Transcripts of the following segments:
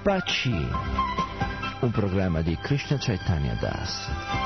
Paci, un programma di Krishna Chaitanya Das.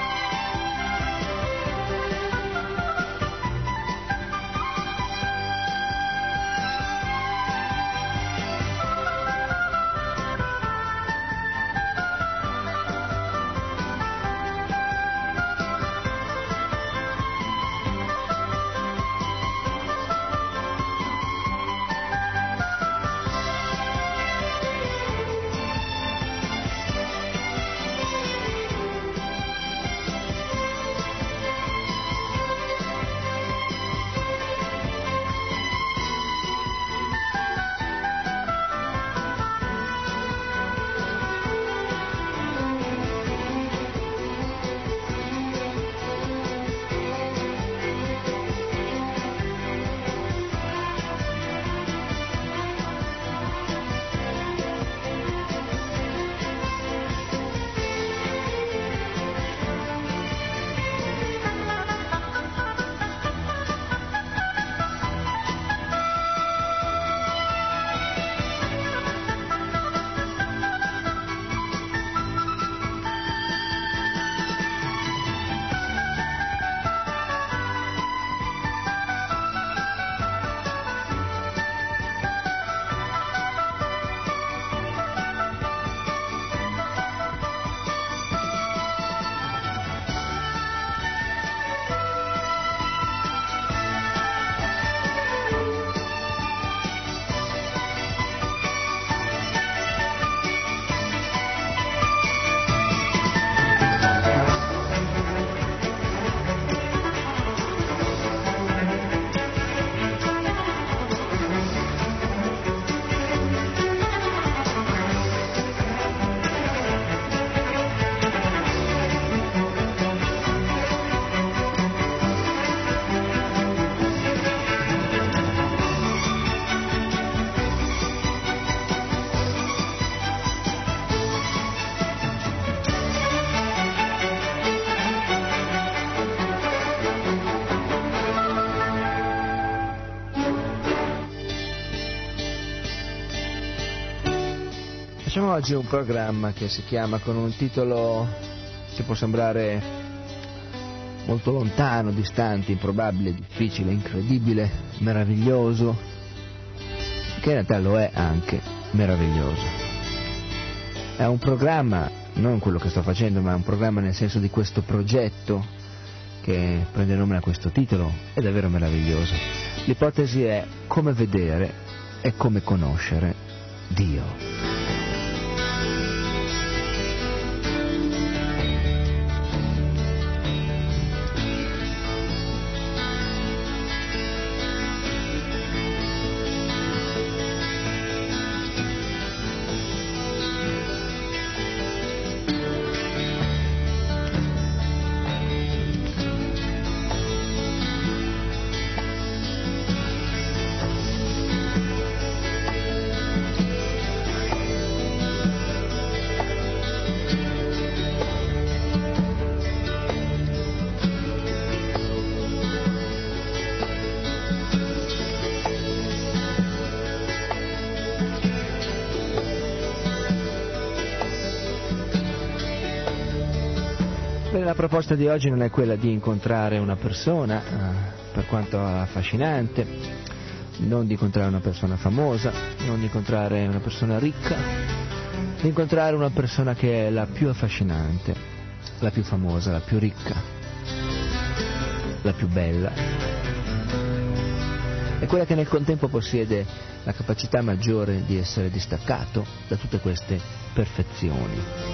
Facciamo oggi un programma che si chiama con un titolo che può sembrare molto lontano, distante, improbabile, difficile, incredibile, meraviglioso, che in realtà lo è anche meraviglioso. È un programma, non quello che sto facendo, ma un programma nel senso di questo progetto che prende nome da questo titolo, è davvero meraviglioso. L'ipotesi è come vedere e come conoscere Dio. La proposta di oggi non è quella di incontrare una persona, per quanto affascinante, non di incontrare una persona famosa, non di incontrare una persona ricca, di incontrare una persona che è la più affascinante, la più famosa, la più ricca, la più bella, è quella che nel contempo possiede la capacità maggiore di essere distaccato da tutte queste perfezioni.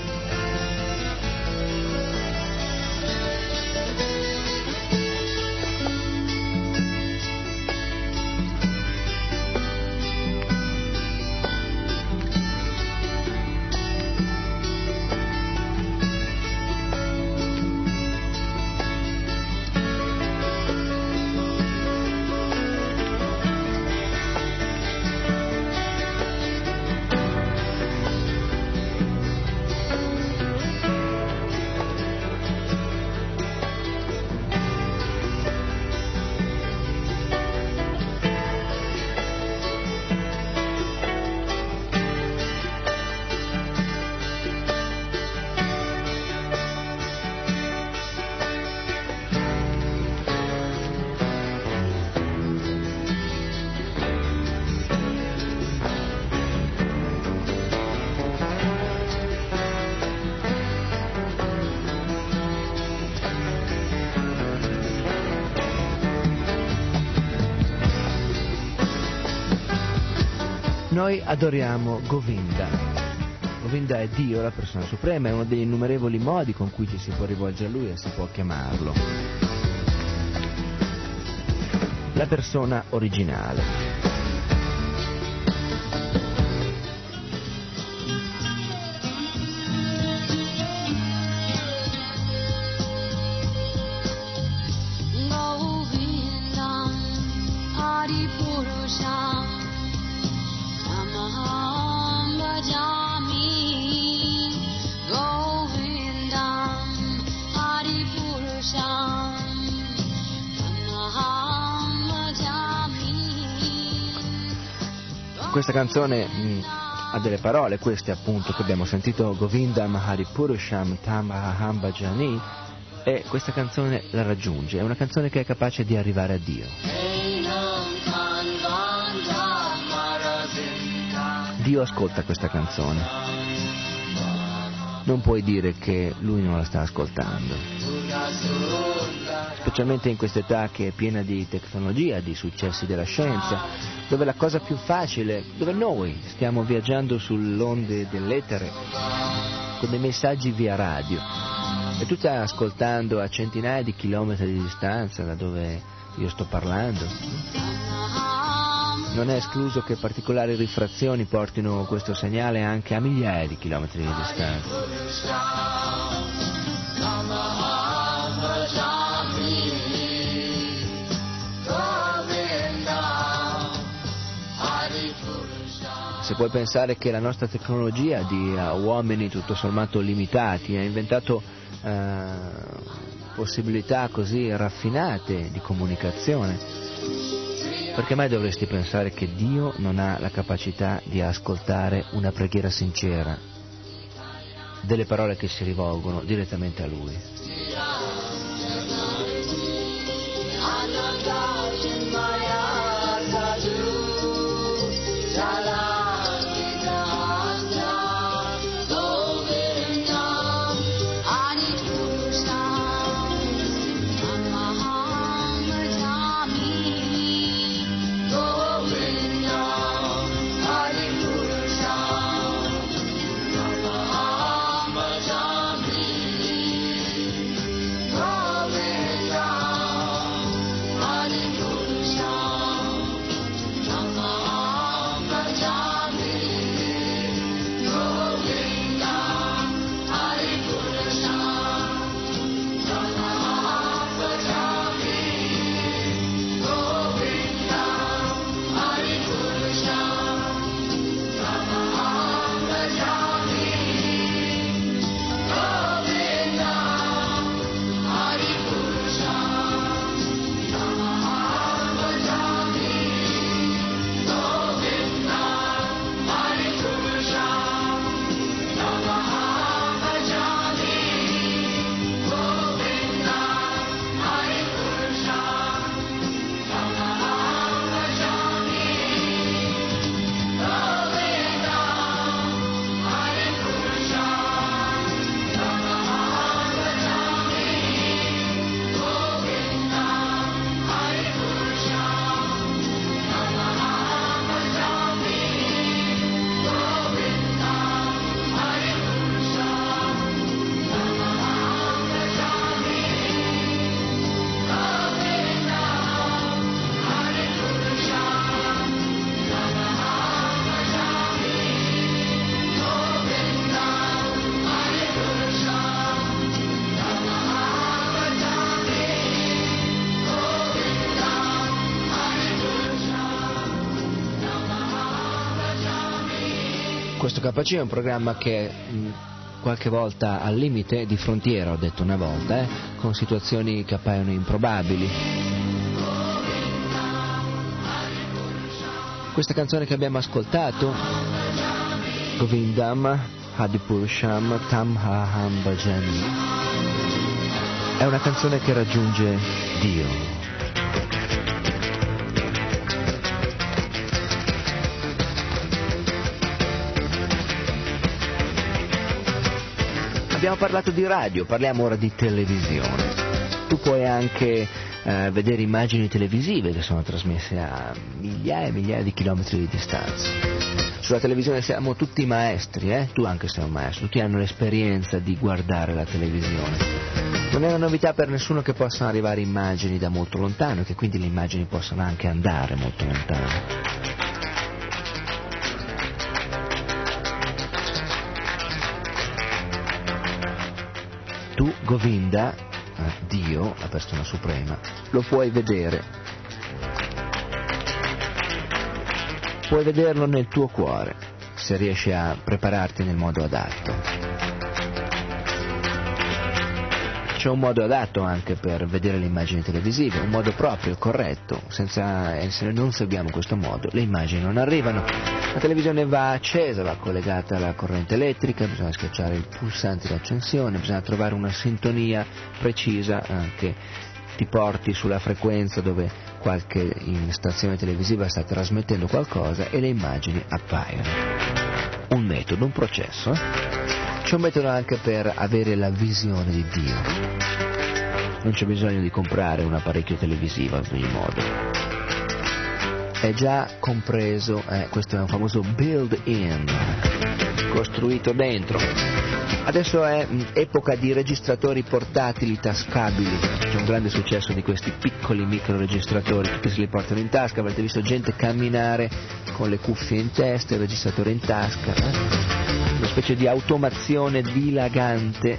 Noi adoriamo Govinda. Govinda è Dio, la persona suprema, è uno degli innumerevoli modi con cui ci si può rivolgere a Lui e si può chiamarlo. La persona originale. Questa canzone ha delle parole, queste appunto che abbiamo sentito, Govindam Hari Purusham Tam Aham Bhajani, e questa canzone la raggiunge, è una canzone che è capace di arrivare a Dio. Dio ascolta questa canzone, non puoi dire che Lui non la sta ascoltando, specialmente in quest'età che è piena di tecnologia, di successi della scienza, dove la cosa più facile, dove noi stiamo viaggiando sull'onde dell'etere con dei messaggi via radio e tu stai ascoltando a centinaia di chilometri di distanza da dove io sto parlando. Non è escluso che particolari rifrazioni portino questo segnale anche a migliaia di chilometri di distanza. Se puoi pensare che la nostra tecnologia di uomini tutto sommato limitati ha inventato possibilità così raffinate di comunicazione, perché mai dovresti pensare che Dio non ha la capacità di ascoltare una preghiera sincera, delle parole che si rivolgono direttamente a Lui? Questo KC è un programma che qualche volta al limite di frontiera, ho detto una volta, con situazioni che appaiono improbabili. Questa canzone che abbiamo ascoltato, Govindam Hari Purusham Tam Aham Bhajani, è una canzone che raggiunge Dio. Abbiamo parlato di radio, parliamo ora di televisione. Tu puoi anche vedere immagini televisive che sono trasmesse a migliaia e migliaia di chilometri di distanza. sulla televisione siamo tutti maestri, tu anche sei un maestro, tutti hanno l'esperienza di guardare la televisione. Non è una novità per nessuno che possano arrivare immagini da molto lontano e che quindi le immagini possano anche andare molto lontano. Tu, Govinda, Dio, la persona suprema, lo puoi vedere. Puoi vederlo nel tuo cuore, se riesci a prepararti nel modo adatto. C'è un modo adatto anche per vedere le immagini televisive, un modo proprio, corretto, se non seguiamo questo modo le immagini non arrivano. La televisione va accesa, va collegata alla corrente elettrica, bisogna schiacciare il pulsante d'accensione, bisogna trovare una sintonia precisa che ti porti sulla frequenza dove qualche stazione televisiva sta trasmettendo qualcosa e le immagini appaiono. Un metodo, un processo. C'è un metodo anche per avere la visione di Dio. Non c'è bisogno di comprare un apparecchio televisivo in ogni modo. È già compreso, questo è un famoso built-in, costruito dentro. Adesso è epoca di registratori portatili tascabili. C'è un grande successo di questi piccoli microregistratori, tutti se li portano in tasca. Avrete visto gente camminare con le cuffie in testa, il registratore in tasca, una specie di automazione dilagante.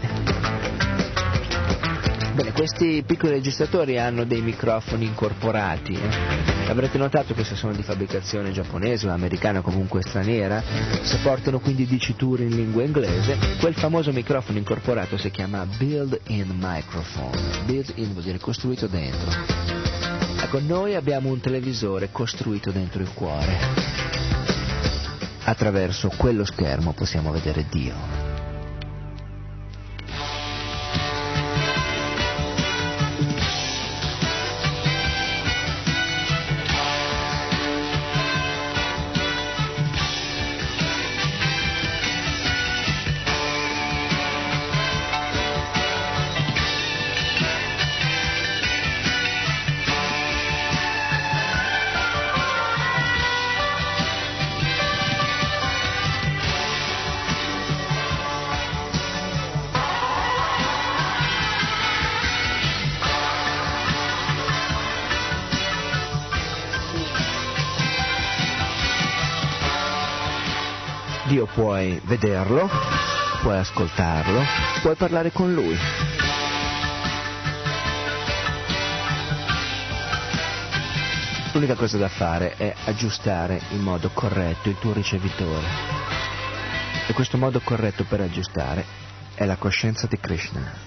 Bene, questi piccoli registratori hanno dei microfoni incorporati. Avrete notato che se sono di fabbricazione giapponese o americana o comunque straniera, se portano quindi diciture in lingua inglese, quel famoso microfono incorporato si chiama built-in microphone. Built-in vuol dire costruito dentro. Ecco, noi abbiamo un televisore costruito dentro il cuore. Attraverso quello schermo possiamo vedere Dio. Dio puoi vederlo, puoi ascoltarlo, puoi parlare con Lui. L'unica cosa da fare è aggiustare in modo corretto il tuo ricevitore. E questo modo corretto per aggiustare è la coscienza di Krishna.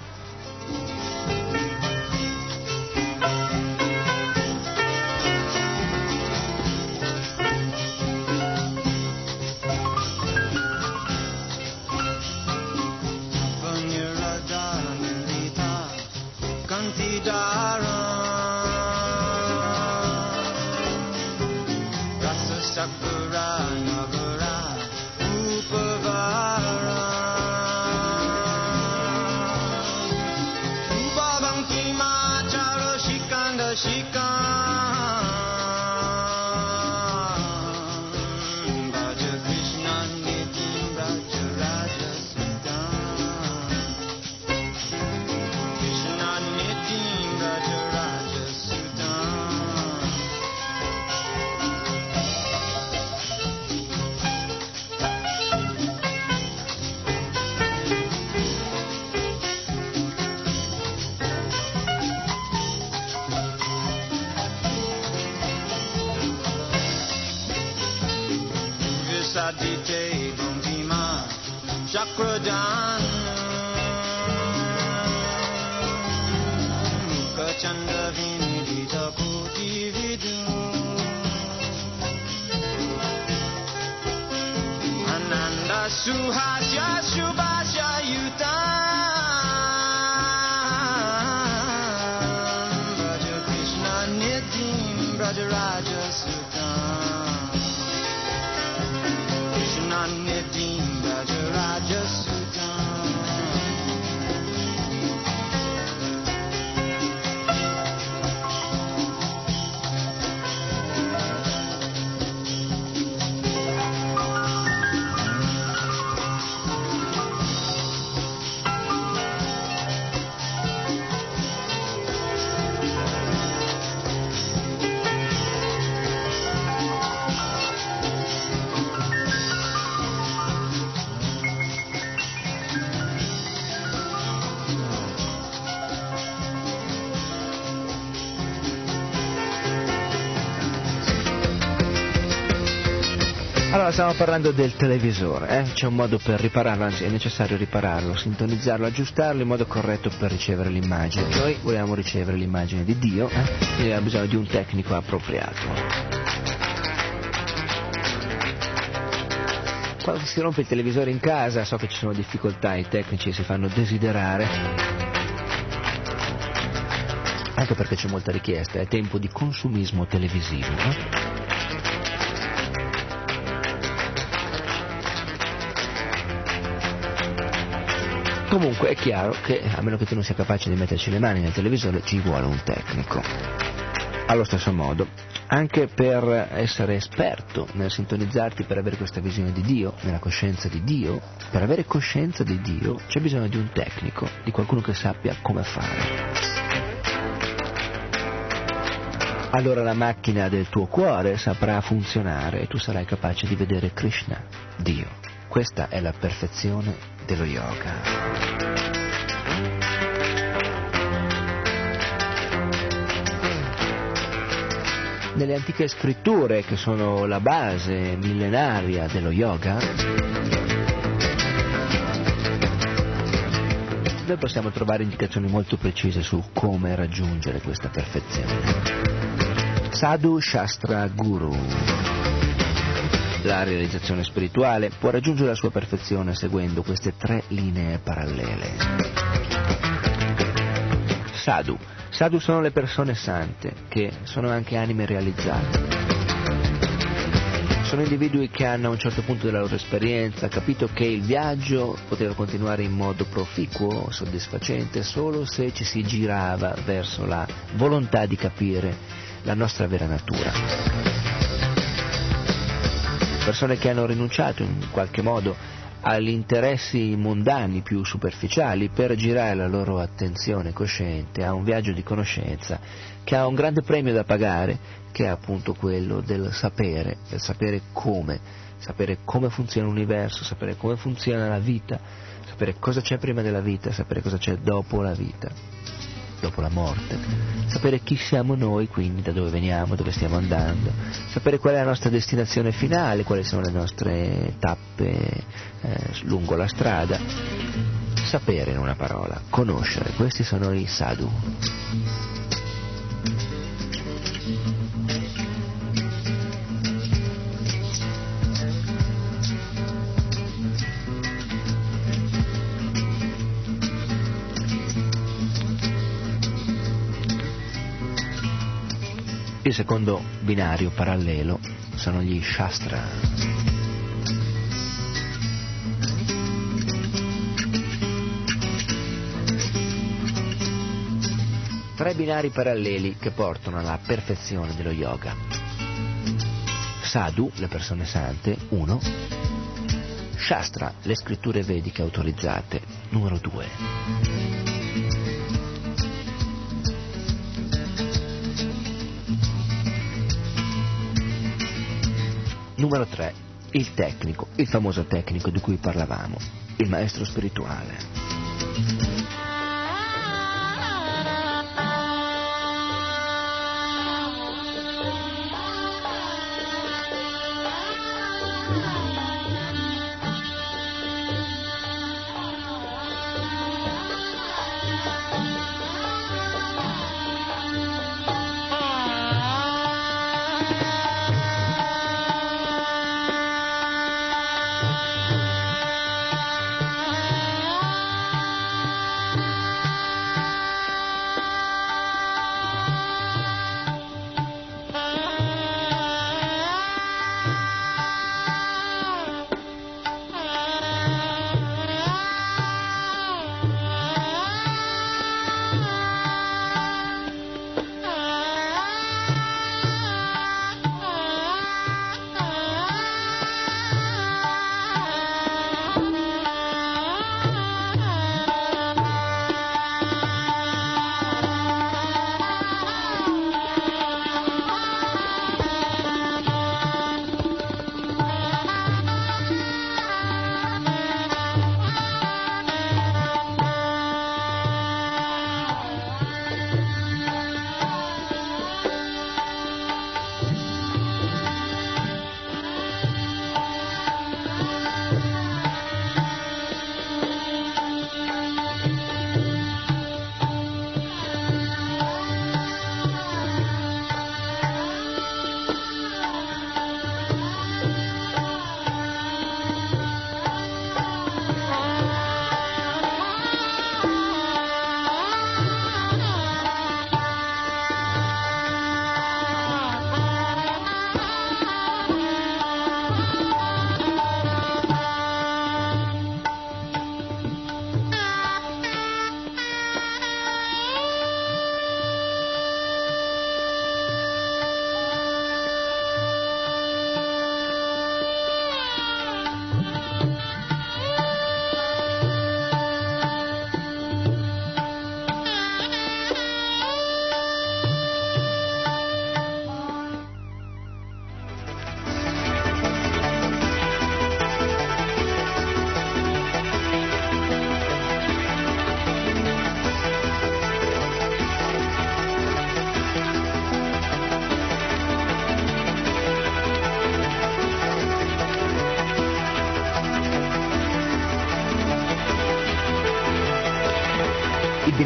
Suhasya Shubhasya Yutam Braja Krishna Nitim Braja Raja Sutam Krishna Nitim Braja Raja Sutam. Allora, stiamo parlando del televisore, C'è un modo per ripararlo, anzi è necessario ripararlo, sintonizzarlo, aggiustarlo in modo corretto per ricevere l'immagine. Noi vogliamo ricevere l'immagine di Dio, quindi abbiamo bisogno di un tecnico appropriato. Quando si rompe il televisore in casa, so che ci sono difficoltà, i tecnici si fanno desiderare, anche perché c'è molta richiesta, è tempo di consumismo televisivo, Comunque è chiaro che, a meno che tu non sia capace di metterci le mani nel televisore, ci vuole un tecnico. Allo stesso modo, anche per essere esperto nel sintonizzarti, per avere questa visione di Dio, nella coscienza di Dio, per avere coscienza di Dio, c'è bisogno di un tecnico, di qualcuno che sappia come fare. Allora la macchina del tuo cuore saprà funzionare e tu sarai capace di vedere Krishna, Dio. Questa è la perfezione dello yoga. Nelle antiche scritture, che sono la base millenaria dello yoga, noi possiamo trovare indicazioni molto precise su come raggiungere questa perfezione. Sadhu, Shastra, Guru. La realizzazione spirituale può raggiungere la sua perfezione seguendo queste 3 linee parallele. Sadhu. Sadhu sono le persone sante, che sono anche anime realizzate. Sono individui che hanno a un certo punto della loro esperienza capito che il viaggio poteva continuare in modo proficuo, soddisfacente, solo se ci si girava verso la volontà di capire la nostra vera natura. Persone che hanno rinunciato in qualche modo agli interessi mondani più superficiali per girare la loro attenzione cosciente a un viaggio di conoscenza che ha un grande premio da pagare, che è appunto quello del sapere come funziona l'universo, sapere come funziona la vita, sapere cosa c'è prima della vita, sapere cosa c'è dopo la vita, dopo la morte, sapere chi siamo noi, quindi da dove veniamo, dove stiamo andando, sapere qual è la nostra destinazione finale, quali sono le nostre tappe lungo la strada. Sapere, in una parola, conoscere, questi sono i sadhu. Il secondo binario parallelo sono gli Shastra. 3 binari paralleli che portano alla perfezione dello yoga. Sadhu, le persone sante, 1. Shastra, le scritture vediche autorizzate, numero 2. Numero 3, il tecnico, il famoso tecnico di cui parlavamo, il maestro spirituale.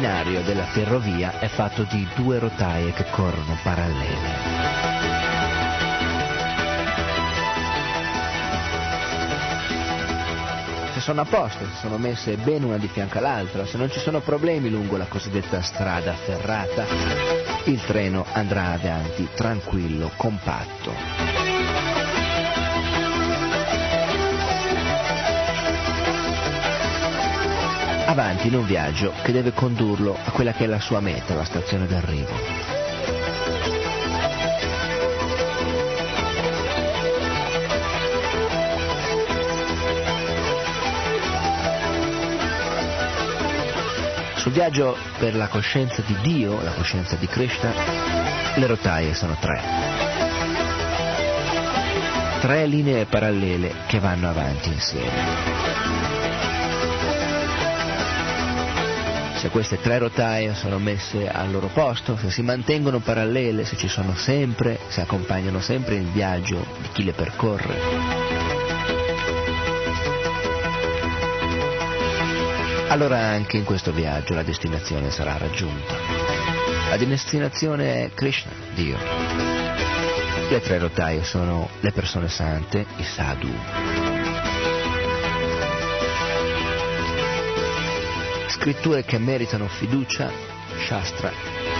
binario della ferrovia è fatto di 2 rotaie che corrono parallele. Se sono a posto, se sono messe bene una di fianco all'altra, se non ci sono problemi lungo la cosiddetta strada ferrata, il treno andrà avanti tranquillo, compatto. Avanti in un viaggio che deve condurlo a quella che è la sua meta, la stazione d'arrivo. Sul viaggio per la coscienza di Dio, la coscienza di Krishna, le rotaie sono 3. 3 linee parallele che vanno avanti insieme. Se queste 3 rotaie sono messe al loro posto, se si mantengono parallele, se ci sono sempre, se accompagnano sempre il viaggio di chi le percorre, allora anche in questo viaggio la destinazione sarà raggiunta. La destinazione è Krishna, Dio. Le 3 rotaie sono le persone sante, i sadhu. Scritture che meritano fiducia, shastra.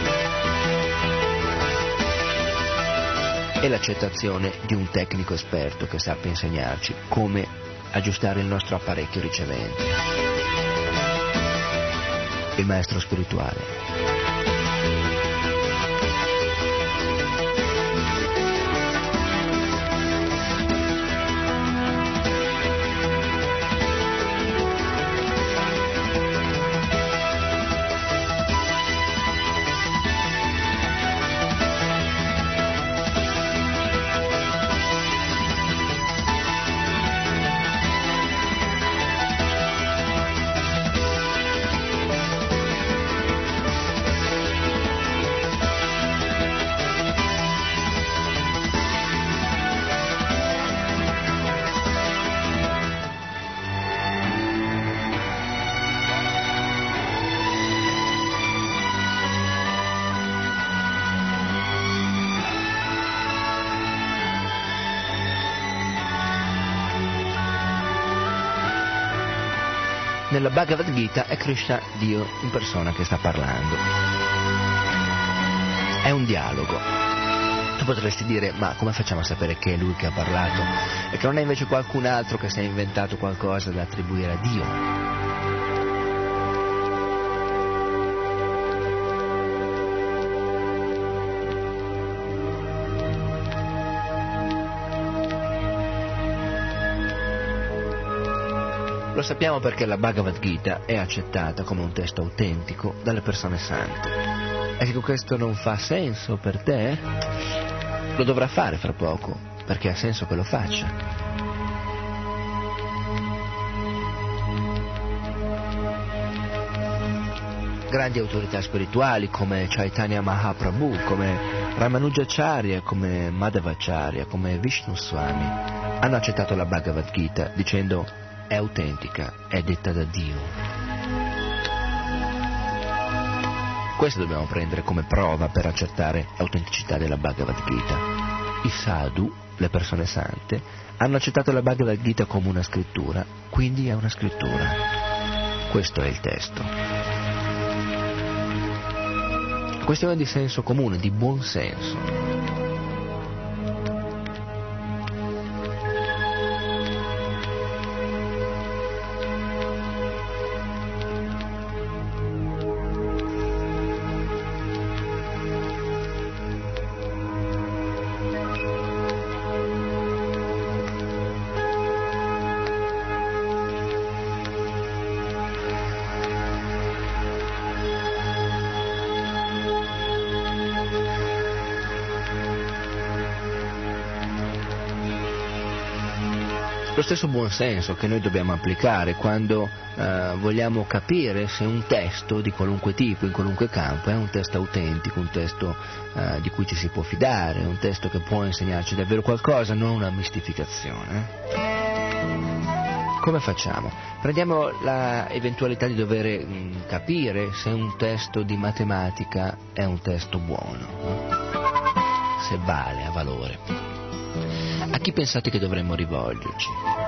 E l'accettazione di un tecnico esperto che sappia insegnarci come aggiustare il nostro apparecchio ricevente. Il maestro spirituale. Nella Bhagavad Gita è Krishna, Dio in persona, che sta parlando. È un dialogo. Tu potresti dire, ma come facciamo a sapere che è lui che ha parlato e che non è invece qualcun altro che si è inventato qualcosa da attribuire a Dio? Lo sappiamo perché la Bhagavad Gita è accettata come un testo autentico dalle persone sante. E se questo non fa senso per te, lo dovrà fare fra poco, perché ha senso che lo faccia. Grandi autorità spirituali come Chaitanya Mahaprabhu, come Ramanujacharya, come Madhavacharya, come Vishnu Swami hanno accettato la Bhagavad Gita dicendo: è autentica, è detta da Dio. Questo dobbiamo prendere come prova per accertare l'autenticità della Bhagavad Gita. I sadhu, le persone sante, hanno accettato la Bhagavad Gita come una scrittura, quindi è una scrittura. Questo è il testo. Questione di senso comune, di buon senso. Lo stesso buonsenso che noi dobbiamo applicare quando vogliamo capire se un testo di qualunque tipo, in qualunque campo, è un testo autentico, un testo di cui ci si può fidare, un testo che può insegnarci davvero qualcosa, non una mistificazione. Come facciamo? Prendiamo la eventualità di dover capire se un testo di matematica è un testo buono, no? Se vale, ha valore. A chi pensate che dovremmo rivolgerci?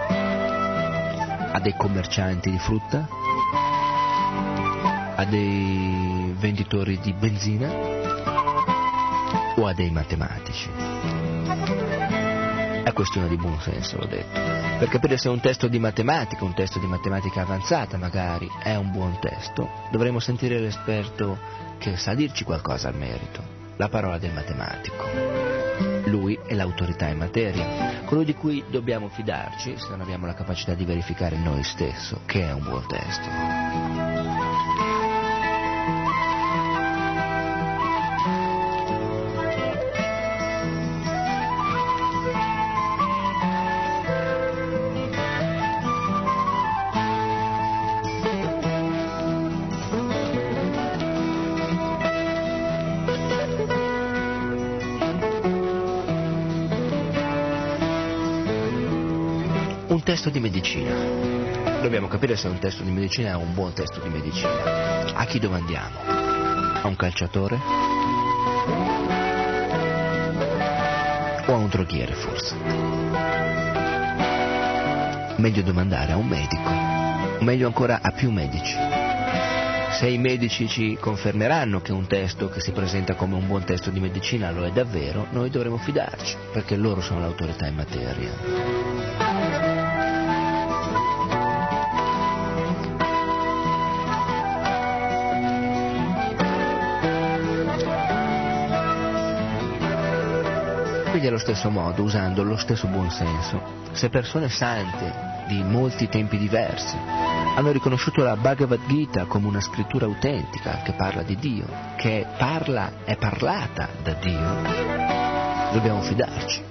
A dei commercianti di frutta? A dei venditori di benzina? O a dei matematici? È questione di buon senso, l'ho detto. Per capire se un testo di matematica avanzata magari, è un buon testo, dovremo sentire l'esperto che sa dirci qualcosa al merito, la parola del matematico. Lui è l'autorità in materia, colui di cui dobbiamo fidarci se non abbiamo la capacità di verificare noi stesso che è un buon testo. Un testo di medicina. Dobbiamo capire se un testo di medicina è un buon testo di medicina. A chi domandiamo? A un calciatore? O a un droghiere, forse? Meglio domandare a un medico. O meglio ancora a più medici. Se i medici ci confermeranno che un testo che si presenta come un buon testo di medicina lo è davvero, noi dovremo fidarci, perché loro sono l'autorità in materia. Quindi allo stesso modo, usando lo stesso buonsenso, se persone sante di molti tempi diversi hanno riconosciuto la Bhagavad Gita come una scrittura autentica che parla di Dio, che è parlata da Dio, dobbiamo fidarci.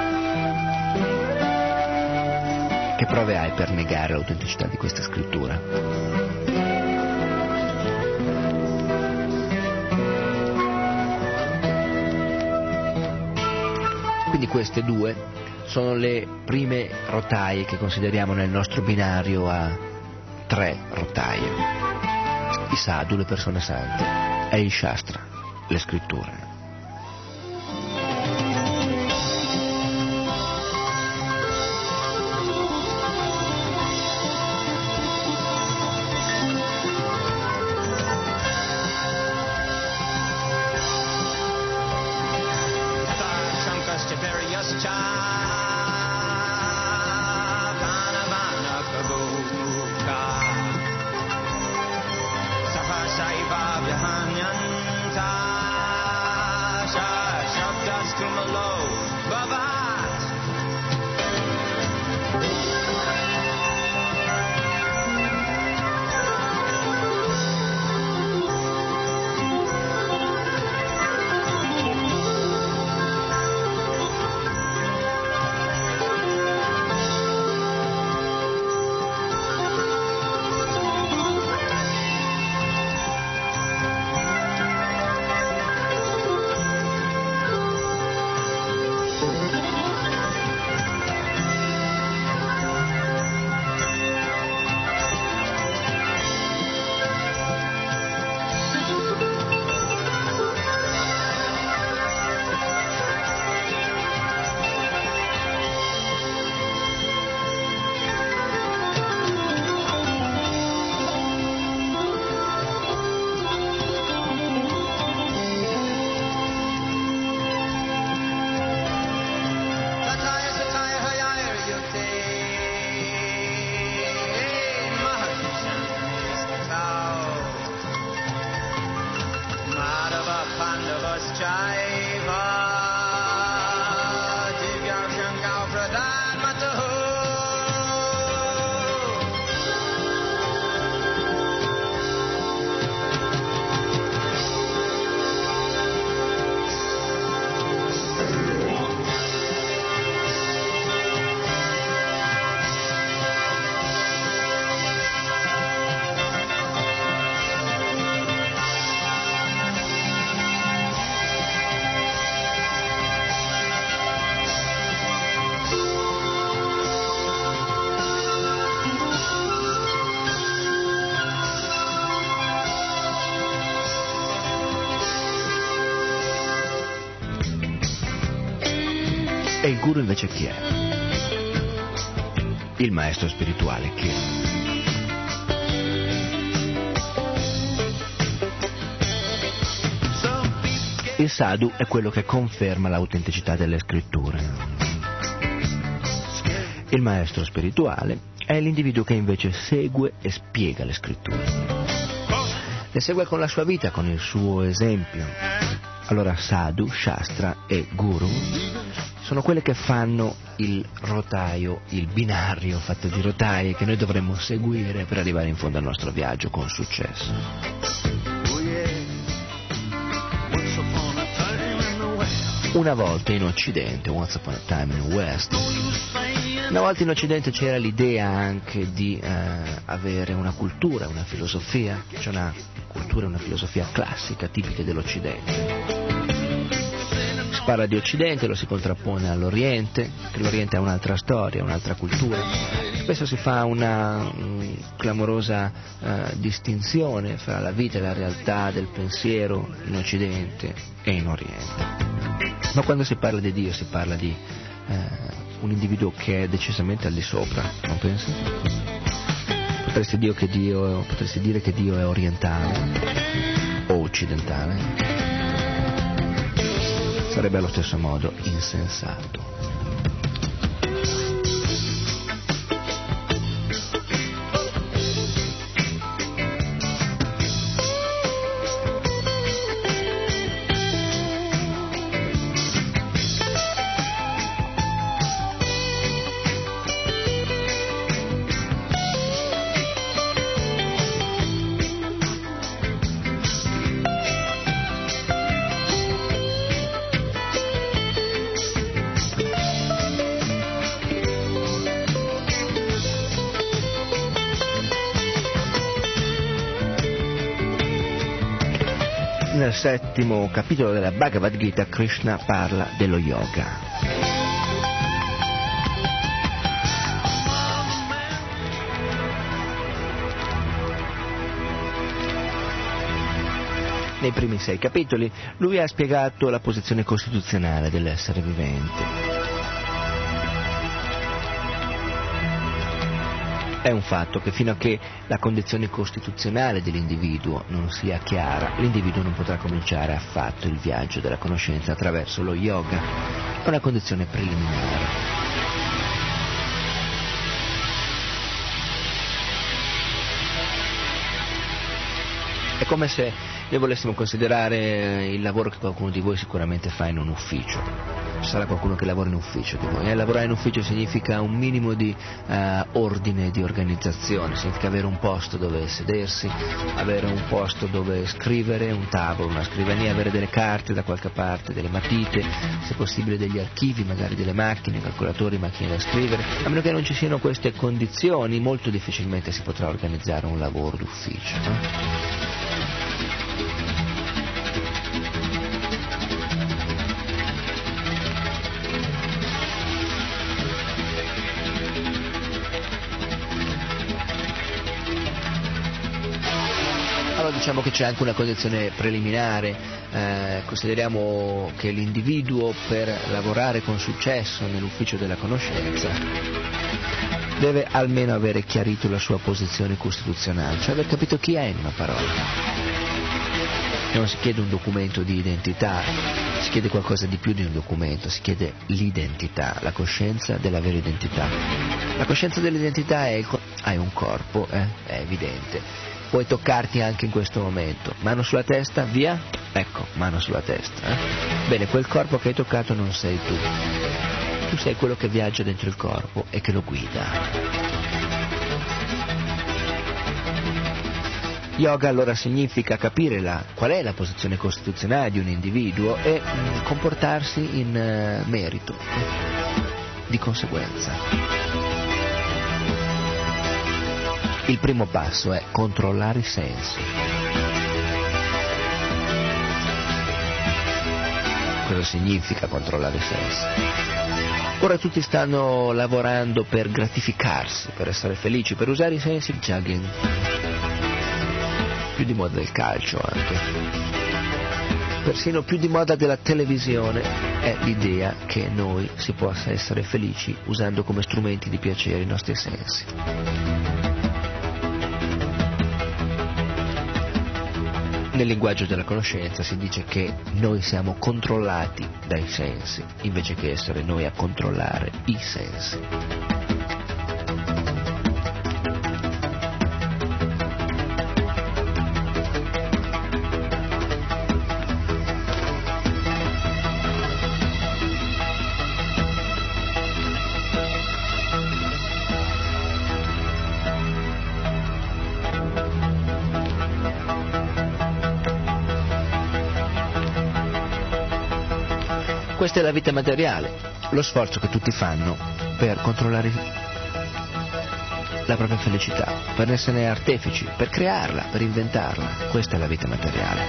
Che prove hai per negare l'autenticità di questa scrittura? Quindi queste due sono le prime rotaie che consideriamo nel nostro binario a 3 rotaie. I sadhu, le persone sante, e il Shastra, le scritture. E il guru invece chi è? Il maestro spirituale chi è? Il sadhu è quello che conferma l'autenticità delle scritture. Il maestro spirituale è l'individuo che invece segue e spiega le scritture. Le segue con la sua vita, con il suo esempio. Allora sadhu, shastra e guru sono quelle che fanno il rotaio, il binario fatto di rotaie che noi dovremmo seguire per arrivare in fondo al nostro viaggio con successo. Una volta in Occidente, once upon a time in West, una volta in Occidente c'era l'idea anche di avere una cultura, una filosofia, c'è una cultura e una filosofia classica, tipiche dell'Occidente. Si parla di Occidente, lo si contrappone all'Oriente, che l'Oriente ha un'altra storia, un'altra cultura. Spesso si fa una clamorosa distinzione fra la vita e la realtà del pensiero in Occidente e in Oriente. Ma quando si parla di Dio si parla di un individuo che è decisamente al di sopra, non pensi? Potresti dire che Dio è orientale o occidentale? Sarebbe allo stesso modo insensato. Nel 7° capitolo della Bhagavad Gita Krishna parla dello yoga. Nei primi 6 capitoli lui ha spiegato la posizione costituzionale dell'essere vivente. È un fatto che fino a che la condizione costituzionale dell'individuo non sia chiara, l'individuo non potrà cominciare affatto il viaggio della conoscenza attraverso lo yoga. È una condizione preliminare. È come se noi volessimo considerare il lavoro che qualcuno di voi sicuramente fa in un ufficio. Ci sarà qualcuno che lavora in ufficio di voi. Lavorare in ufficio significa un minimo di ordine, di organizzazione, significa avere un posto dove sedersi, avere un posto dove scrivere, un tavolo, una scrivania, avere delle carte da qualche parte, delle matite, se possibile degli archivi, magari delle macchine, calcolatori, macchine da scrivere. A meno che non ci siano queste condizioni, molto difficilmente si potrà organizzare un lavoro d'ufficio, no? Diciamo che c'è anche una condizione preliminare, consideriamo che l'individuo per lavorare con successo nell'ufficio della conoscenza deve almeno avere chiarito la sua posizione costituzionale, cioè aver capito chi è in una parola. Non si chiede un documento di identità, si chiede qualcosa di più di un documento, si chiede l'identità, la coscienza della vera identità. La coscienza dell'identità è hai un corpo, è evidente. Puoi toccarti anche in questo momento. Mano sulla testa, via? Ecco, mano sulla testa. Bene, quel corpo che hai toccato non sei tu. Tu sei quello che viaggia dentro il corpo e che lo guida. Yoga allora significa capire qual è la posizione costituzionale di un individuo e comportarsi in merito, di conseguenza. Il primo passo è controllare i sensi. Cosa significa controllare i sensi? Ora tutti stanno lavorando per gratificarsi, per essere felici, per usare i sensi jogging. Più di moda del calcio anche. persino più di moda della televisione, è l'idea che noi si possa essere felici usando come strumenti di piacere i nostri sensi. Nel linguaggio della conoscenza si dice che noi siamo controllati dai sensi, invece che essere noi a controllare i sensi. Questa è la vita materiale, lo sforzo che tutti fanno per controllare la propria felicità, per esserne artefici, per crearla, per inventarla. Questa è la vita materiale.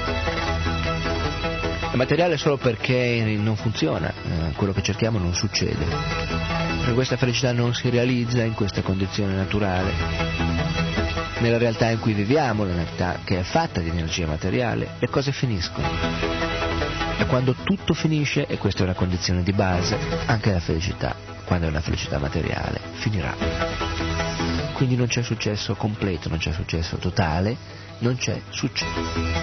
È materiale solo perché non funziona, quello che cerchiamo non succede. Perché questa felicità non si realizza in questa condizione naturale. Nella realtà in cui viviamo, la realtà che è fatta di energia materiale, le cose finiscono. E quando tutto finisce, e questa è una condizione di base, anche la felicità, quando è una felicità materiale, finirà. Quindi non c'è successo completo, non c'è successo totale, non c'è successo.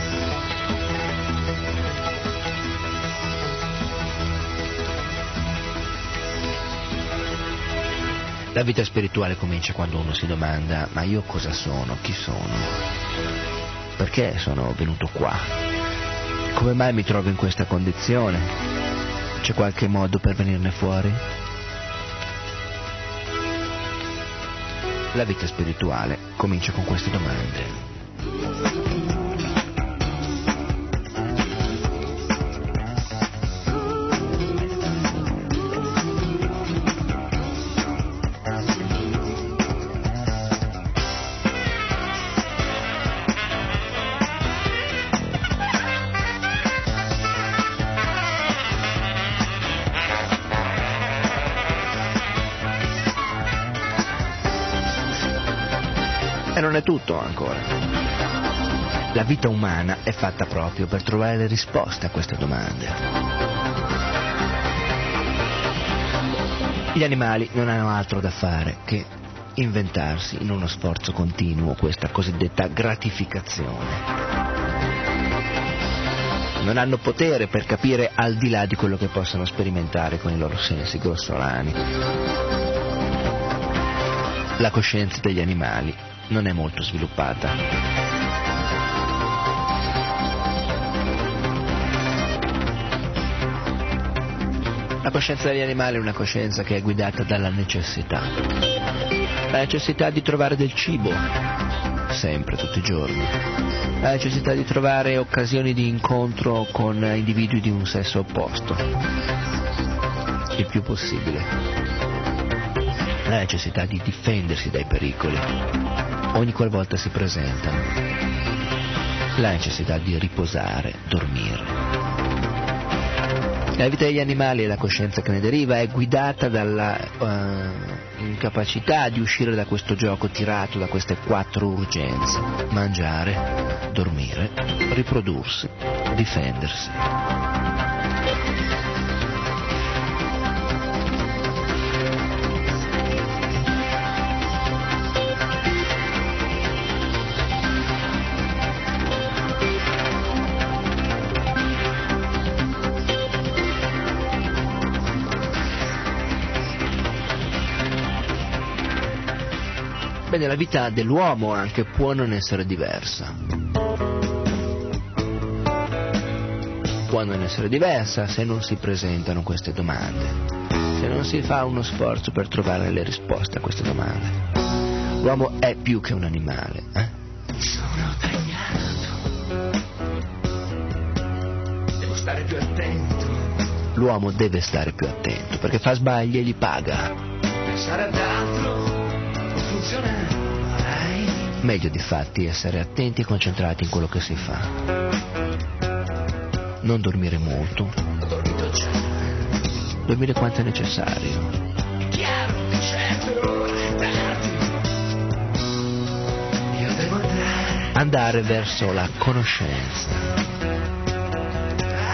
La vita spirituale comincia quando uno si domanda: ma io cosa sono? Chi sono? Perché sono venuto qua? Come mai mi trovo in questa condizione? C'è qualche modo per venirne fuori? La vita spirituale comincia con queste domande. E non è tutto ancora. La vita umana è fatta proprio per trovare le risposte a queste domande. Gli animali non hanno altro da fare che inventarsi in uno sforzo continuo questa cosiddetta gratificazione. Non hanno potere per capire al di là di quello che possono sperimentare con i loro sensi grossolani. La coscienza degli animali non è molto sviluppata. La coscienza degli animali è una coscienza che è guidata dalla necessità. La necessità di trovare del cibo, sempre, tutti i giorni. La necessità di trovare occasioni di incontro con individui di un sesso opposto, il più possibile. La necessità di difendersi dai pericoli ogni qualvolta si presentano, la necessità di riposare, dormire. La vita degli animali e la coscienza che ne deriva è guidata dalla incapacità di uscire da questo gioco tirato da queste 4 urgenze: mangiare, dormire, riprodursi, difendersi. Bene, la vita dell'uomo anche può non essere diversa. Può non essere diversa se non si presentano queste domande, se non si fa uno sforzo per trovare le risposte a queste domande. L'uomo è più che un animale, Sono tagliato. Devo stare più attento. L'uomo deve stare più attento, perché fa sbagli e li paga. Pensare ad altro. Meglio difatti essere attenti e concentrati in quello che si fa. Non dormire molto. Ho dormito già. Dormire quanto è necessario. Chiaro che certo, è tardi. Io devo andare verso la conoscenza.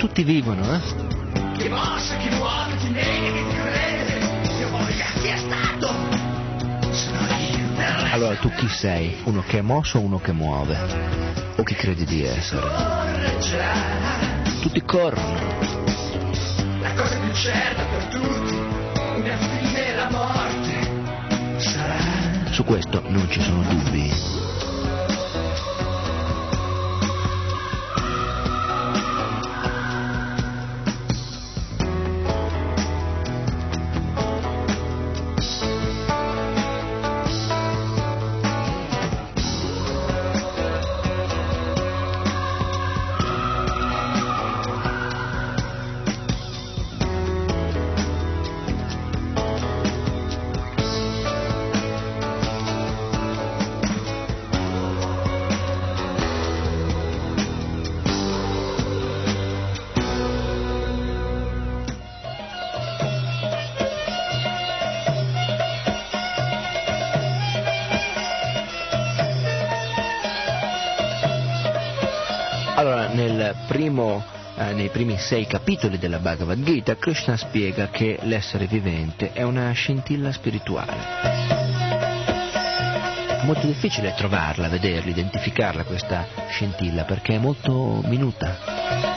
tutti vivono, Chi mossa, chi muove, chi nega, chi crede, chi voglia, chi è stato. Sono io. Allora tu chi sei? Uno che è mosso o uno che muove? O chi credi di essere? Tutti corrono. La cosa più certa per tutti, una fine e la morte. Sarà. Su questo non ci sono dubbi. Allora, nei primi 6 capitoli della Bhagavad Gita, Krishna spiega che l'essere vivente è una scintilla spirituale. È molto difficile trovarla, vederla, identificarla questa scintilla, perché è molto minuta.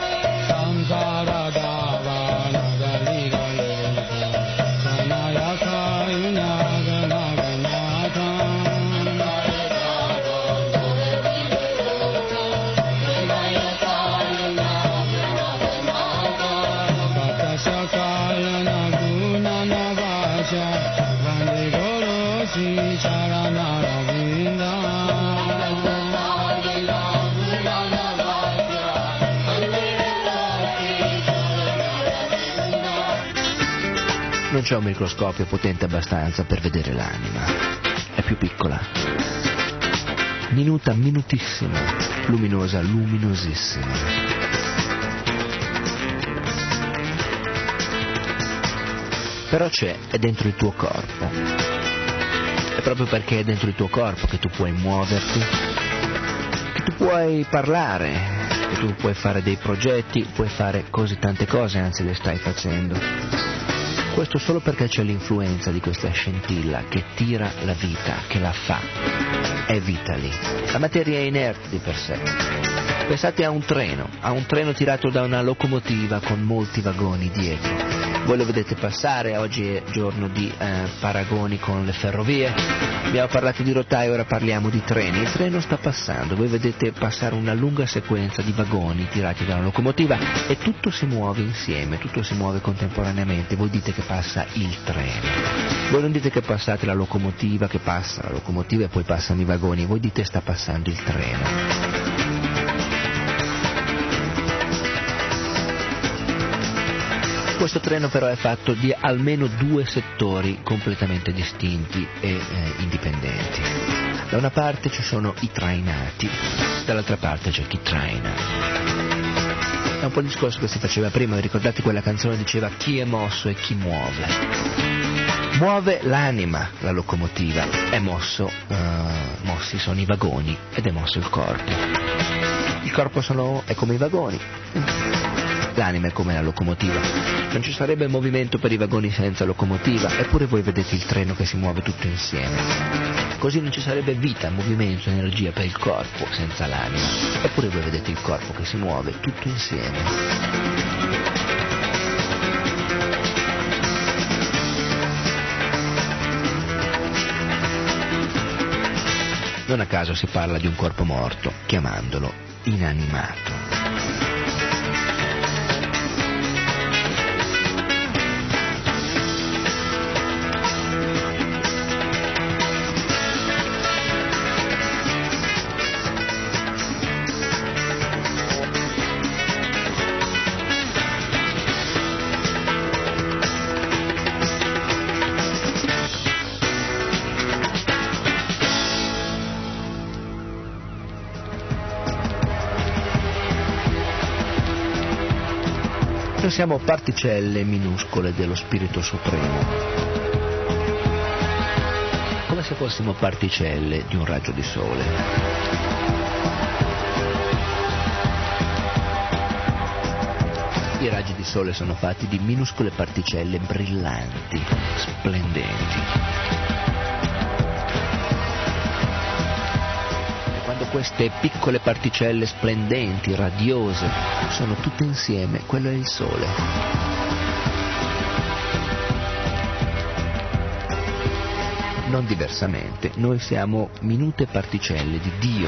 Non c'è un microscopio potente abbastanza per vedere l'anima. È più piccola. Minuta, minutissima. Luminosa, luminosissima. Però è dentro il tuo corpo. È proprio perché è dentro il tuo corpo che tu puoi muoverti, che tu puoi parlare, che tu puoi fare dei progetti, puoi fare così tante cose, anzi le stai facendo. Questo solo perché c'è l'influenza di questa scintilla che tira la vita, che la fa. È vita lì. La materia è inerte di per sé. Pensate a un treno tirato da una locomotiva con molti vagoni dietro. Voi lo vedete passare, oggi è giorno di paragoni con le ferrovie. Abbiamo parlato di rotaie, ora parliamo di treni. Il treno sta passando, voi vedete passare una lunga sequenza di vagoni tirati da una locomotiva e tutto si muove insieme, tutto si muove contemporaneamente. Voi dite che passa il treno. Voi non dite che passate la locomotiva, che passa la locomotiva e poi passano i vagoni. Voi dite sta passando il treno. Questo treno però è fatto di almeno 2 settori completamente distinti e indipendenti. Da una parte ci sono i trainati, dall'altra parte c'è chi traina. È un po' il discorso che si faceva prima, vi ricordate quella canzone diceva chi è mosso e chi muove. Muove l'anima, la locomotiva, è mossi sono i vagoni ed è mosso il corpo. Il corpo è come i vagoni. L'anima è come la locomotiva. Non ci sarebbe movimento per i vagoni senza locomotiva, eppure voi vedete il treno che si muove tutto insieme. Così non ci sarebbe vita, movimento, energia per il corpo senza l'anima, eppure voi vedete il corpo che si muove tutto insieme. Non a caso si parla di un corpo morto, chiamandolo inanimato. Noi siamo particelle minuscole dello Spirito Supremo, come se fossimo particelle di un raggio di sole. Sole sono fatti di minuscole particelle brillanti, splendenti. E quando queste piccole particelle splendenti, radiose, sono tutte insieme, quello è il Sole. Non diversamente, noi siamo minute particelle di Dio.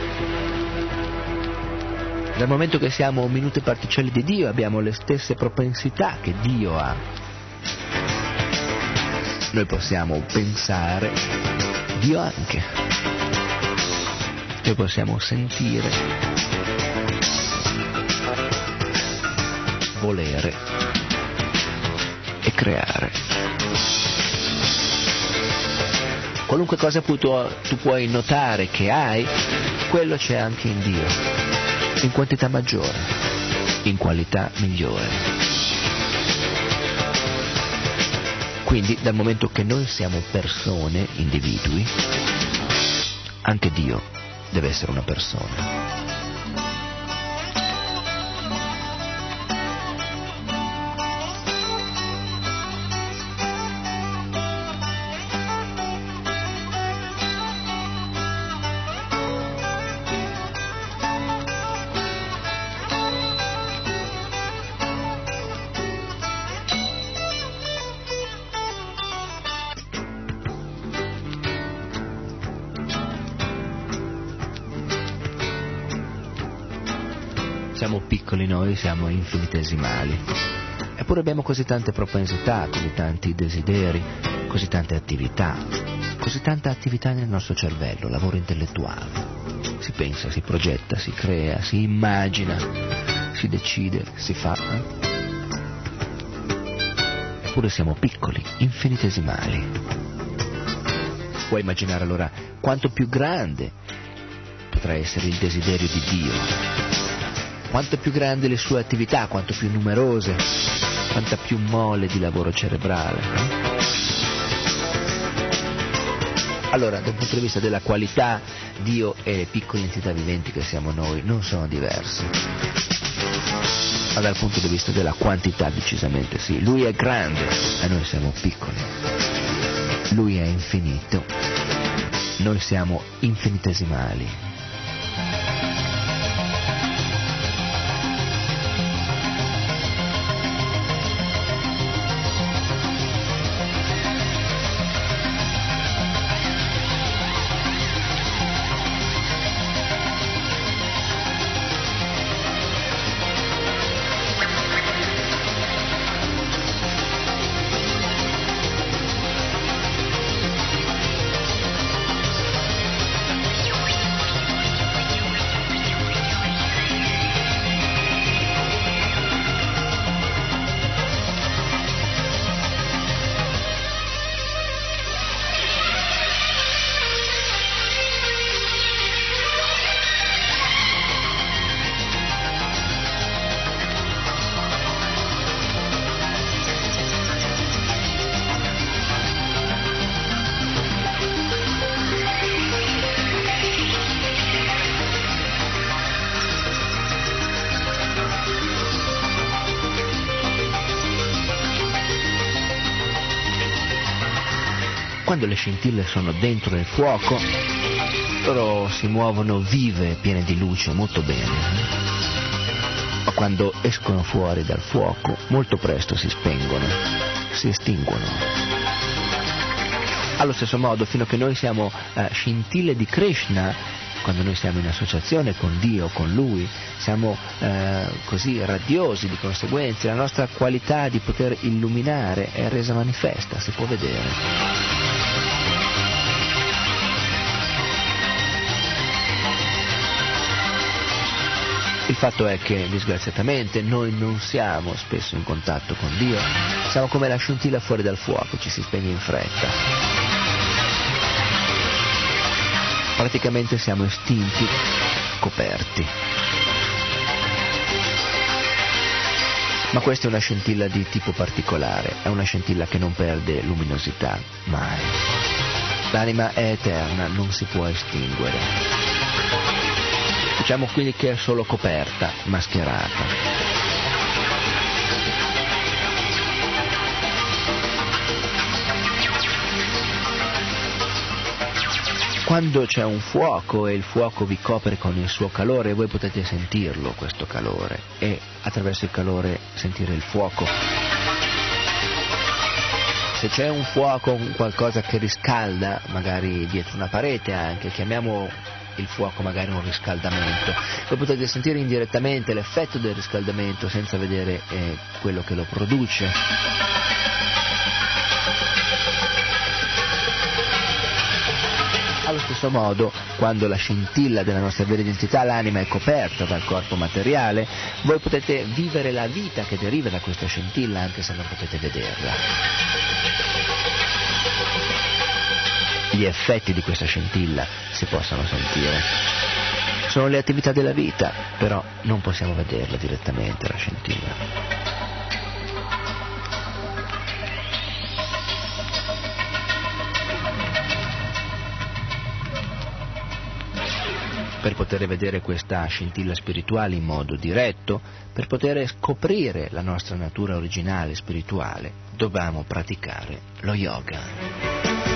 Dal momento che siamo minute particelle di Dio abbiamo le stesse propensità che Dio ha. Noi possiamo pensare, Dio anche. Noi possiamo sentire, volere e creare. Qualunque cosa tu puoi notare che hai, quello c'è anche in Dio, in quantità maggiore, in qualità migliore. Quindi, dal momento che noi siamo persone, individui, anche Dio deve essere una persona. Siamo piccoli noi, siamo infinitesimali, eppure abbiamo così tante propensità, così tanti desideri, così tante attività, così tanta attività nel nostro cervello, lavoro intellettuale. Si pensa, si progetta, si crea, si immagina, si decide, si fa. Eppure siamo piccoli, infinitesimali. Puoi immaginare allora quanto più grande potrà essere il desiderio di Dio. Quanto più grandi le sue attività, quanto più numerose, quanta più mole di lavoro cerebrale. Allora, dal punto di vista della qualità, Dio e le piccole entità viventi che siamo noi non sono diversi. Ma dal punto di vista della quantità, decisamente sì. Lui è grande e noi siamo piccoli. Lui è infinito, noi siamo infinitesimali. Quando le scintille sono dentro il fuoco, loro si muovono vive, piene di luce, molto bene. Ma quando escono fuori dal fuoco, molto presto si spengono, si estinguono. Allo stesso modo, fino a che noi siamo scintille di Krishna, quando noi siamo in associazione con Dio, con Lui, siamo così radiosi di conseguenza, la nostra qualità di poter illuminare è resa manifesta, si può vedere. Il fatto è che, disgraziatamente, noi non siamo spesso in contatto con Dio, siamo come la scintilla fuori dal fuoco, ci si spegne in fretta. Praticamente siamo estinti, coperti. Ma questa è una scintilla di tipo particolare, è una scintilla che non perde luminosità, mai. L'anima è eterna, non si può estinguere. Diciamo quindi che è solo coperta, mascherata. quando c'è un fuoco e il fuoco vi copre con il suo calore, voi potete sentirlo, questo calore, e attraverso il calore sentire il fuoco. Se c'è un fuoco, un qualcosa che riscalda, magari dietro una parete anche, chiamiamo il fuoco magari un riscaldamento, voi potete sentire indirettamente l'effetto del riscaldamento senza vedere quello che lo produce. Allo stesso modo, quando la scintilla della nostra vera identità, l'anima, è coperta dal corpo materiale, voi potete vivere la vita che deriva da questa scintilla anche se non potete vederla. Gli effetti di questa scintilla si possono sentire. Sono le attività della vita, però non possiamo vederla direttamente, la scintilla. Per poter vedere questa scintilla spirituale in modo diretto, per poter scoprire la nostra natura originale spirituale, dobbiamo praticare lo yoga.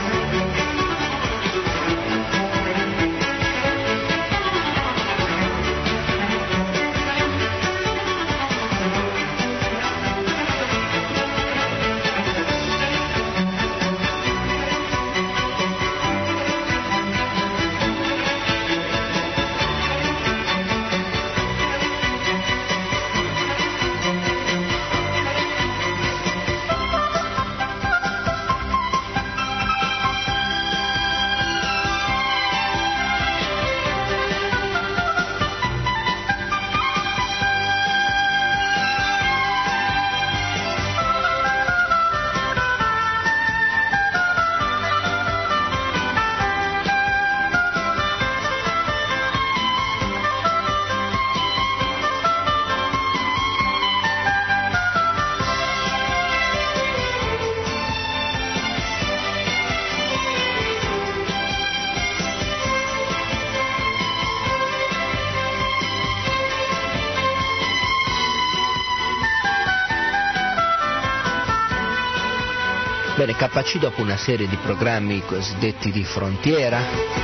Bene, KC, dopo una serie di programmi cosiddetti di frontiera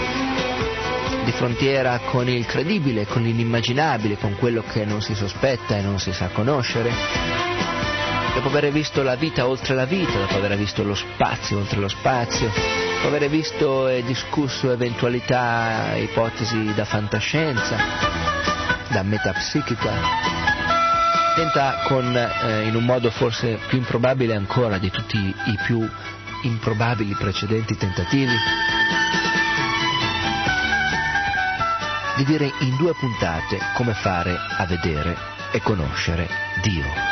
con il credibile, con l'inimmaginabile, con quello che non si sospetta e non si sa conoscere, dopo aver visto la vita oltre la vita, dopo aver visto lo spazio oltre lo spazio, dopo aver visto e discusso eventualità, ipotesi da fantascienza, da metapsichica, tenta in un modo forse più improbabile ancora di tutti i più improbabili precedenti tentativi, di dire in 2 puntate come fare a vedere e conoscere Dio.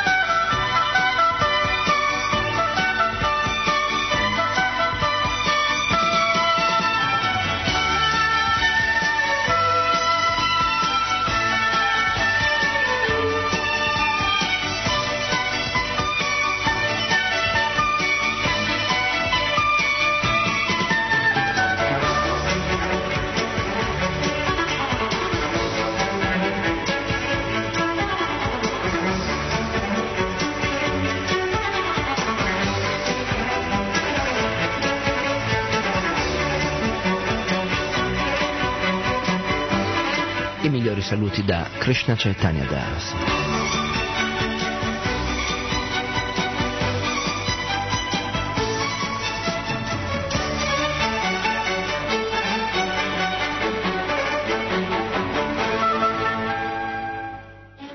Saluti da Krishna Chaitanya Das.